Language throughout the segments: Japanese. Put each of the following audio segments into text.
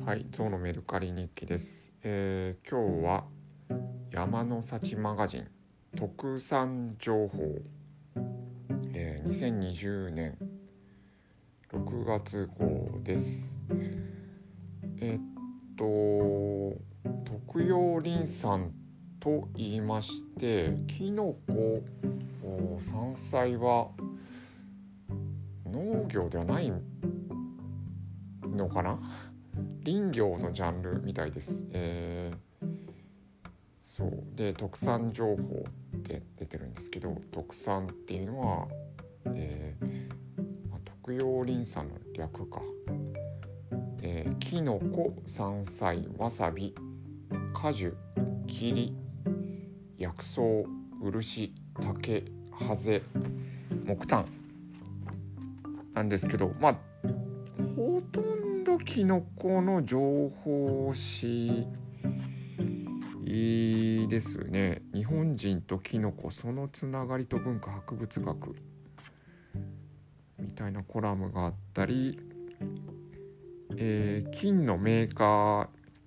はい、ゾウのメルカリ日記です。今日は山の幸マガジン特産情報、2020年6月号です。特養林産と言いまして、キノコ、山菜は農業ではないのかな、林業のジャンルみたいです。そうで特産情報って出てるんですけど、特産っていうのは、特養林産の略か。キノコ、山菜、わさび、果樹、桐、薬草、漆、竹、ハゼ、木炭なんですけど、ほとんどキノコの情報誌ですね。日本人とキノコ、そのつながりと文化博物学みたいなコラムがあったり、金のメーカ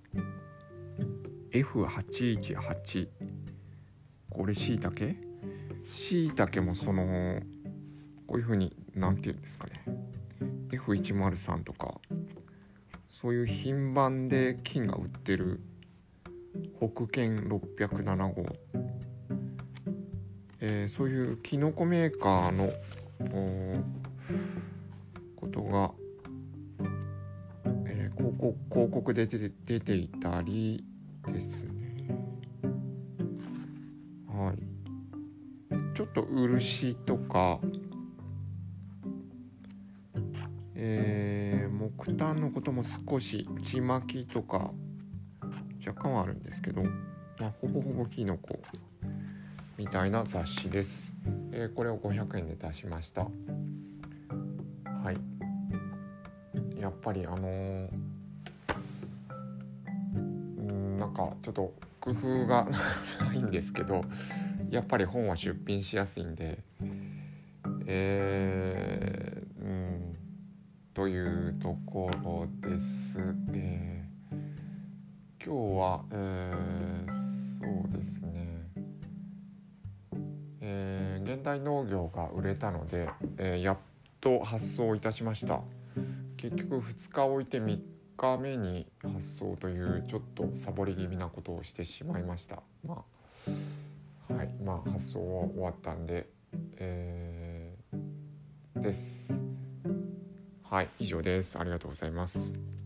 ー F818、 これしいたけもこういう風になんていうんですかね、 F103 とかそういう品番で金が売ってる北見607号、そういうキノコメーカーのことが、広告で出ていたりですね。はい。ちょっと漆とか、木炭のことも少し、ちまきとか若干はあるんですけど、ほぼほぼキノコみたいな雑誌です。これを500円で出しました。はい。やっぱりなんかちょっと工夫がないんですけど、やっぱり本は出品しやすいんで、というところです。今日は、そうですね、現代農業が売れたので、やっと発送いたしました。結局2日置いて3日目に発送というちょっとサボり気味なことをしてしまいました。発送は終わったんで、です。はい、以上です。ありがとうございます。